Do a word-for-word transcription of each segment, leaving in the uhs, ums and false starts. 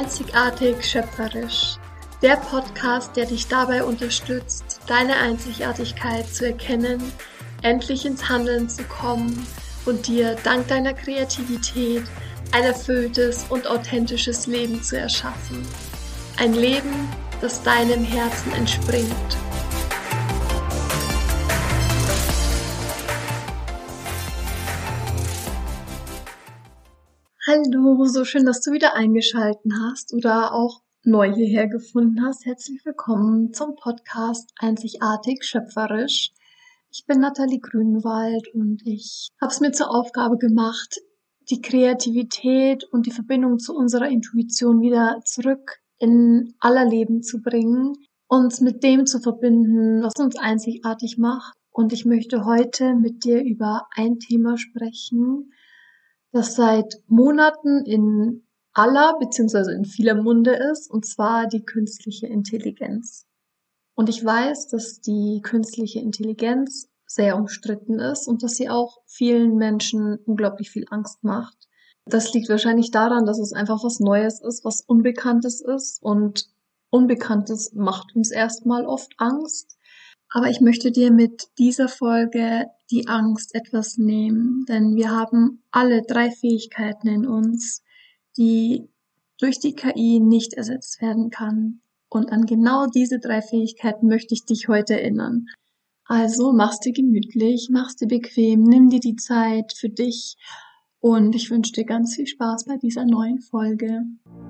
Einzigartig schöpferisch. Der Podcast, der dich dabei unterstützt, deine Einzigartigkeit zu erkennen, endlich ins Handeln zu kommen und dir dank deiner Kreativität ein erfülltes und authentisches Leben zu erschaffen. Ein Leben, das deinem Herzen entspringt. Hallo, so schön, dass du wieder eingeschaltet hast oder auch neu hierher gefunden hast. Herzlich willkommen zum Podcast Einzigartig schöpferisch. Ich bin Nathalie Grünwald und ich habe es mir zur Aufgabe gemacht, die Kreativität und die Verbindung zu unserer Intuition wieder zurück in aller Leben zu bringen, uns mit dem zu verbinden, was uns einzigartig macht. Und ich möchte heute mit dir über ein Thema sprechen, das seit Monaten in aller bzw. in vieler Munde ist, und zwar die künstliche Intelligenz. Und ich weiß, dass die künstliche Intelligenz sehr umstritten ist und dass sie auch vielen Menschen unglaublich viel Angst macht. Das liegt wahrscheinlich daran, dass es einfach was Neues ist, was Unbekanntes ist, und Unbekanntes macht uns erstmal oft Angst. Aber ich möchte dir mit dieser Folge die Angst etwas nehmen, denn wir haben alle drei Fähigkeiten in uns, die durch die K I nicht ersetzt werden kann. Und an genau diese drei Fähigkeiten möchte ich dich heute erinnern. Also mach's dir gemütlich, mach's dir bequem, nimm dir die Zeit für dich und ich wünsche dir ganz viel Spaß bei dieser neuen Folge.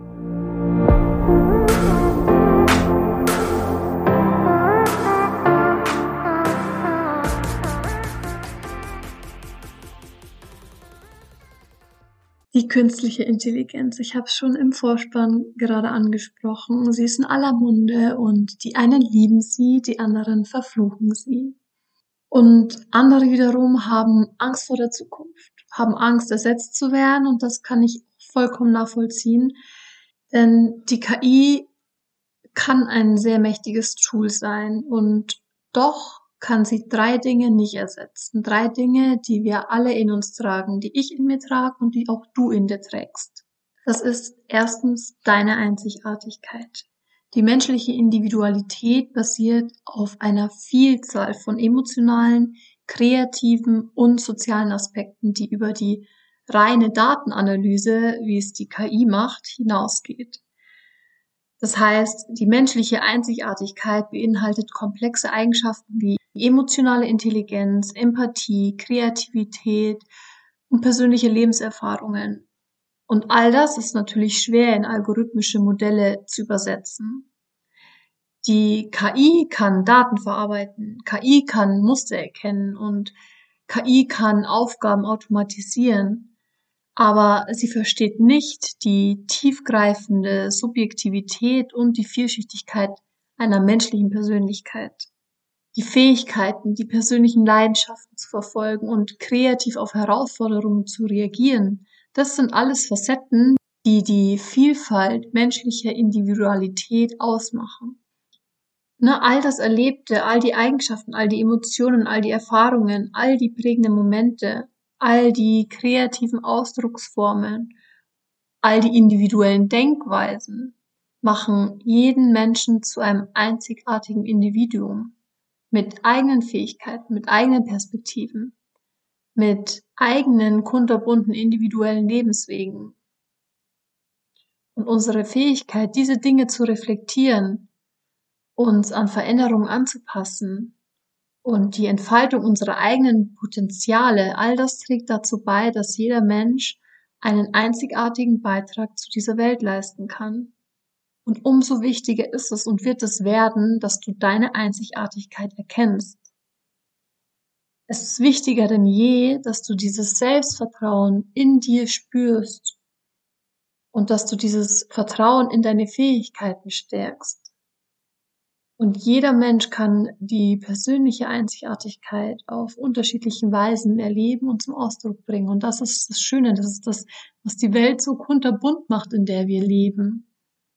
Die künstliche Intelligenz, ich habe es schon im Vorspann gerade angesprochen, sie ist in aller Munde und die einen lieben sie, die anderen verfluchen sie. Und andere wiederum haben Angst vor der Zukunft, haben Angst, ersetzt zu werden, und das kann ich vollkommen nachvollziehen, denn die K I kann ein sehr mächtiges Tool sein und doch kann sie drei Dinge nicht ersetzen. Drei Dinge, die wir alle in uns tragen, die ich in mir trage und die auch du in dir trägst. Das ist erstens deine Einzigartigkeit. Die menschliche Individualität basiert auf einer Vielzahl von emotionalen, kreativen und sozialen Aspekten, die über die reine Datenanalyse, wie es die K I macht, hinausgeht. Das heißt, die menschliche Einzigartigkeit beinhaltet komplexe Eigenschaften wie emotionale Intelligenz, Empathie, Kreativität und persönliche Lebenserfahrungen. Und all das ist natürlich schwer in algorithmische Modelle zu übersetzen. Die K I kann Daten verarbeiten, K I kann Muster erkennen und K I kann Aufgaben automatisieren. Aber sie versteht nicht die tiefgreifende Subjektivität und die Vielschichtigkeit einer menschlichen Persönlichkeit. Die Fähigkeiten, die persönlichen Leidenschaften zu verfolgen und kreativ auf Herausforderungen zu reagieren, das sind alles Facetten, die die Vielfalt menschlicher Individualität ausmachen. Ne, all das Erlebte, all die Eigenschaften, all die Emotionen, all die Erfahrungen, all die prägenden Momente, all die kreativen Ausdrucksformen, all die individuellen Denkweisen machen jeden Menschen zu einem einzigartigen Individuum mit eigenen Fähigkeiten, mit eigenen Perspektiven, mit eigenen kunterbunten individuellen Lebenswegen. Und unsere Fähigkeit, diese Dinge zu reflektieren, uns an Veränderungen anzupassen, und die Entfaltung unserer eigenen Potenziale, all das trägt dazu bei, dass jeder Mensch einen einzigartigen Beitrag zu dieser Welt leisten kann. Und umso wichtiger ist es und wird es werden, dass du deine Einzigartigkeit erkennst. Es ist wichtiger denn je, dass du dieses Selbstvertrauen in dir spürst und dass du dieses Vertrauen in deine Fähigkeiten stärkst. Und jeder Mensch kann die persönliche Einzigartigkeit auf unterschiedlichen Weisen erleben und zum Ausdruck bringen. Und das ist das Schöne, das ist das, was die Welt so kunterbunt macht, in der wir leben.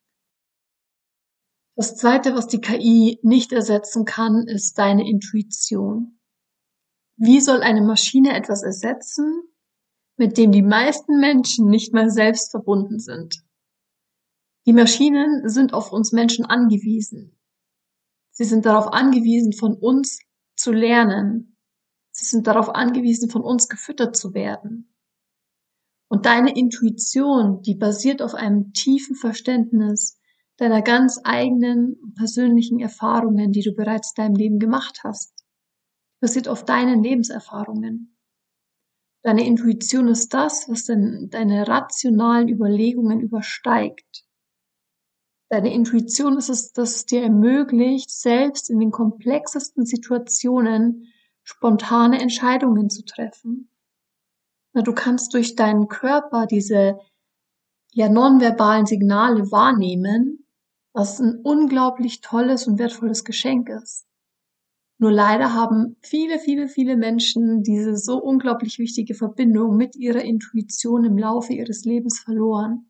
Das Zweite, was die K I nicht ersetzen kann, ist deine Intuition. Wie soll eine Maschine etwas ersetzen, mit dem die meisten Menschen nicht mal selbst verbunden sind? Die Maschinen sind auf uns Menschen angewiesen. Sie sind darauf angewiesen, von uns zu lernen. Sie sind darauf angewiesen, von uns gefüttert zu werden. Und deine Intuition, die basiert auf einem tiefen Verständnis deiner ganz eigenen persönlichen Erfahrungen, die du bereits in deinem Leben gemacht hast. Basiert auf deinen Lebenserfahrungen. Deine Intuition ist das, was denn deine rationalen Überlegungen übersteigt. Deine Intuition ist es, das es dir ermöglicht, selbst in den komplexesten Situationen spontane Entscheidungen zu treffen. Du kannst durch deinen Körper diese ja nonverbalen Signale wahrnehmen, was ein unglaublich tolles und wertvolles Geschenk ist. Nur leider haben viele, viele, viele Menschen diese so unglaublich wichtige Verbindung mit ihrer Intuition im Laufe ihres Lebens verloren.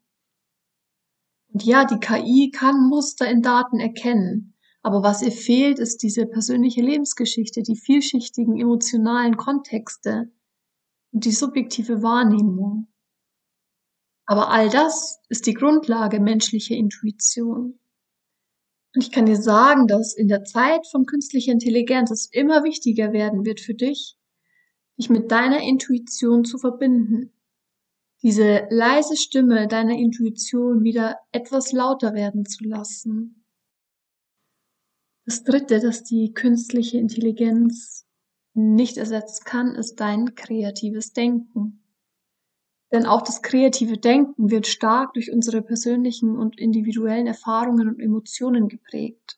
Und ja, die K I kann Muster in Daten erkennen, aber was ihr fehlt, ist diese persönliche Lebensgeschichte, die vielschichtigen emotionalen Kontexte und die subjektive Wahrnehmung. Aber all das ist die Grundlage menschlicher Intuition. Und ich kann dir sagen, dass in der Zeit von künstlicher Intelligenz es immer wichtiger werden wird für dich, dich mit deiner Intuition zu verbinden. Diese leise Stimme deiner Intuition wieder etwas lauter werden zu lassen. Das Dritte, das die künstliche Intelligenz nicht ersetzen kann, ist dein kreatives Denken. Denn auch das kreative Denken wird stark durch unsere persönlichen und individuellen Erfahrungen und Emotionen geprägt.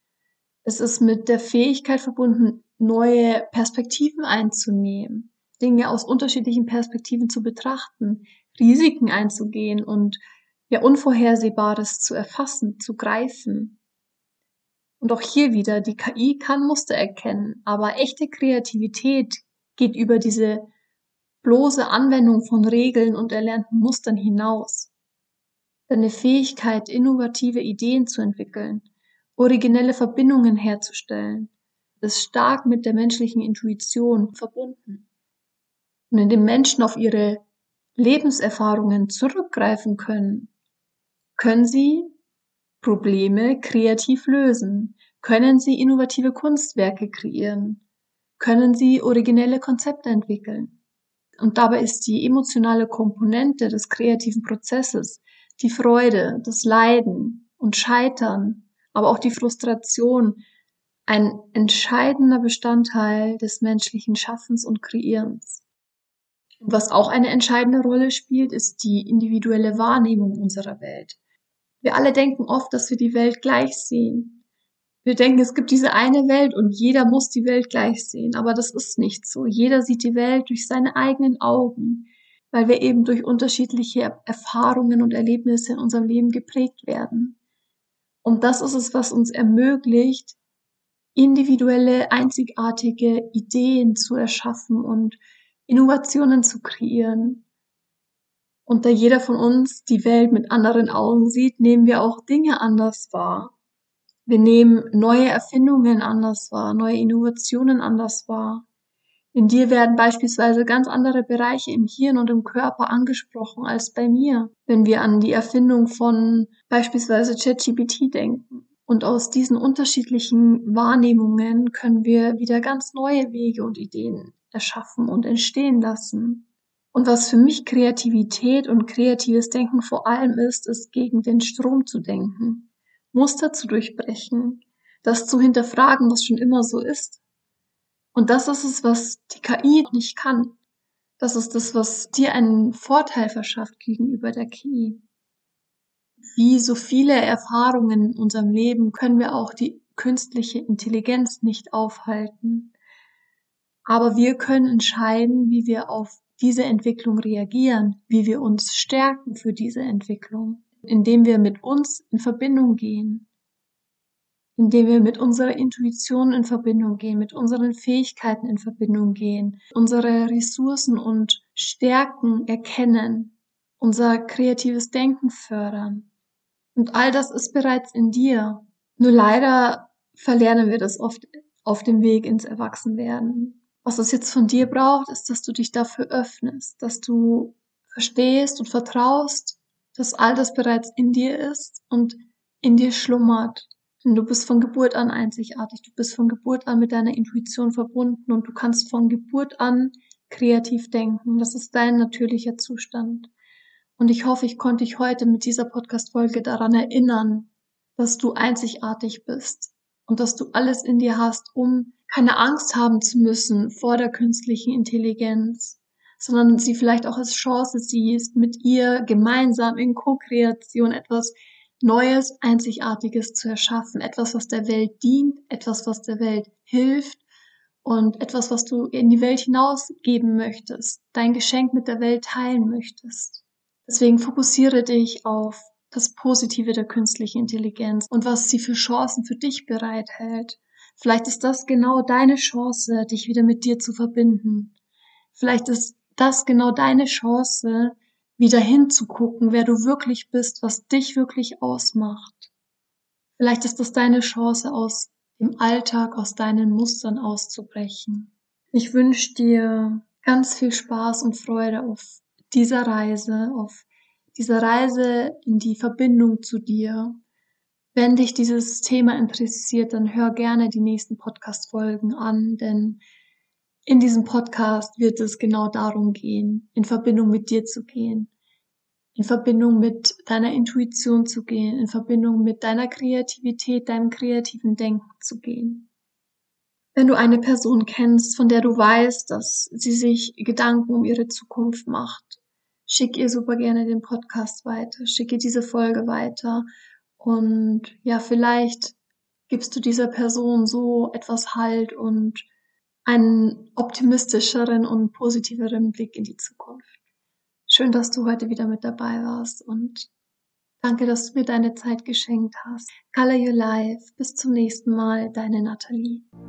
Es ist mit der Fähigkeit verbunden, neue Perspektiven einzunehmen, Dinge aus unterschiedlichen Perspektiven zu betrachten, Risiken einzugehen und ja Unvorhersehbares zu erfassen, zu greifen. Und auch hier wieder, die K I kann Muster erkennen, aber echte Kreativität geht über diese bloße Anwendung von Regeln und erlernten Mustern hinaus. Deine Fähigkeit, innovative Ideen zu entwickeln, originelle Verbindungen herzustellen, ist stark mit der menschlichen Intuition verbunden. Und indem Menschen auf ihre Lebenserfahrungen zurückgreifen können, können sie Probleme kreativ lösen, können sie innovative Kunstwerke kreieren, können sie originelle Konzepte entwickeln. Und dabei ist die emotionale Komponente des kreativen Prozesses, die Freude, das Leiden und Scheitern, aber auch die Frustration ein entscheidender Bestandteil des menschlichen Schaffens und Kreierens. Was auch eine entscheidende Rolle spielt, ist die individuelle Wahrnehmung unserer Welt. Wir alle denken oft, dass wir die Welt gleich sehen. Wir denken, es gibt diese eine Welt und jeder muss die Welt gleich sehen. Aber das ist nicht so. Jeder sieht die Welt durch seine eigenen Augen, weil wir eben durch unterschiedliche Erfahrungen und Erlebnisse in unserem Leben geprägt werden. Und das ist es, was uns ermöglicht, individuelle, einzigartige Ideen zu erschaffen und Innovationen zu kreieren. Und da jeder von uns die Welt mit anderen Augen sieht, nehmen wir auch Dinge anders wahr. Wir nehmen neue Erfindungen anders wahr, neue Innovationen anders wahr. In dir werden beispielsweise ganz andere Bereiche im Hirn und im Körper angesprochen als bei mir, wenn wir an die Erfindung von beispielsweise ChatGPT denken. Und aus diesen unterschiedlichen Wahrnehmungen können wir wieder ganz neue Wege und Ideen erschaffen und entstehen lassen. Und was für mich Kreativität und kreatives Denken vor allem ist, ist gegen den Strom zu denken, Muster zu durchbrechen, das zu hinterfragen, was schon immer so ist. Und das ist es, was die K I nicht kann. Das ist das, was dir einen Vorteil verschafft gegenüber der K I. Wie so viele Erfahrungen in unserem Leben können wir auch die künstliche Intelligenz nicht aufhalten. Aber wir können entscheiden, wie wir auf diese Entwicklung reagieren, wie wir uns stärken für diese Entwicklung, indem wir mit uns in Verbindung gehen, indem wir mit unserer Intuition in Verbindung gehen, mit unseren Fähigkeiten in Verbindung gehen, unsere Ressourcen und Stärken erkennen, unser kreatives Denken fördern. Und all das ist bereits in dir. Nur leider verlernen wir das oft auf dem Weg ins Erwachsenwerden. Was es jetzt von dir braucht, ist, dass du dich dafür öffnest, dass du verstehst und vertraust, dass all das bereits in dir ist und in dir schlummert. Denn du bist von Geburt an einzigartig, du bist von Geburt an mit deiner Intuition verbunden und du kannst von Geburt an kreativ denken. Das ist dein natürlicher Zustand. Und ich hoffe, ich konnte dich heute mit dieser Podcast-Folge daran erinnern, dass du einzigartig bist und dass du alles in dir hast, um keine Angst haben zu müssen vor der künstlichen Intelligenz, sondern sie vielleicht auch als Chance siehst, mit ihr gemeinsam in Co-Kreation etwas Neues, Einzigartiges zu erschaffen, etwas, was der Welt dient, etwas, was der Welt hilft und etwas, was du in die Welt hinausgeben möchtest, dein Geschenk mit der Welt teilen möchtest. Deswegen fokussiere dich auf das Positive der künstlichen Intelligenz und was sie für Chancen für dich bereithält. Vielleicht ist das genau deine Chance, dich wieder mit dir zu verbinden. Vielleicht ist das genau deine Chance, wieder hinzugucken, wer du wirklich bist, was dich wirklich ausmacht. Vielleicht ist das deine Chance, aus dem Alltag, aus deinen Mustern auszubrechen. Ich wünsche dir ganz viel Spaß und Freude auf dieser Reise, auf dieser Reise in die Verbindung zu dir. Wenn dich dieses Thema interessiert, dann hör gerne die nächsten Podcast-Folgen an, denn in diesem Podcast wird es genau darum gehen, in Verbindung mit dir zu gehen, in Verbindung mit deiner Intuition zu gehen, in Verbindung mit deiner Kreativität, deinem kreativen Denken zu gehen. Wenn du eine Person kennst, von der du weißt, dass sie sich Gedanken um ihre Zukunft macht, schick ihr super gerne den Podcast weiter, schick ihr diese Folge weiter und ja, vielleicht gibst du dieser Person so etwas Halt und einen optimistischeren und positiveren Blick in die Zukunft. Schön, dass du heute wieder mit dabei warst und danke, dass du mir deine Zeit geschenkt hast. Color Your Life. Bis zum nächsten Mal, deine Nathalie.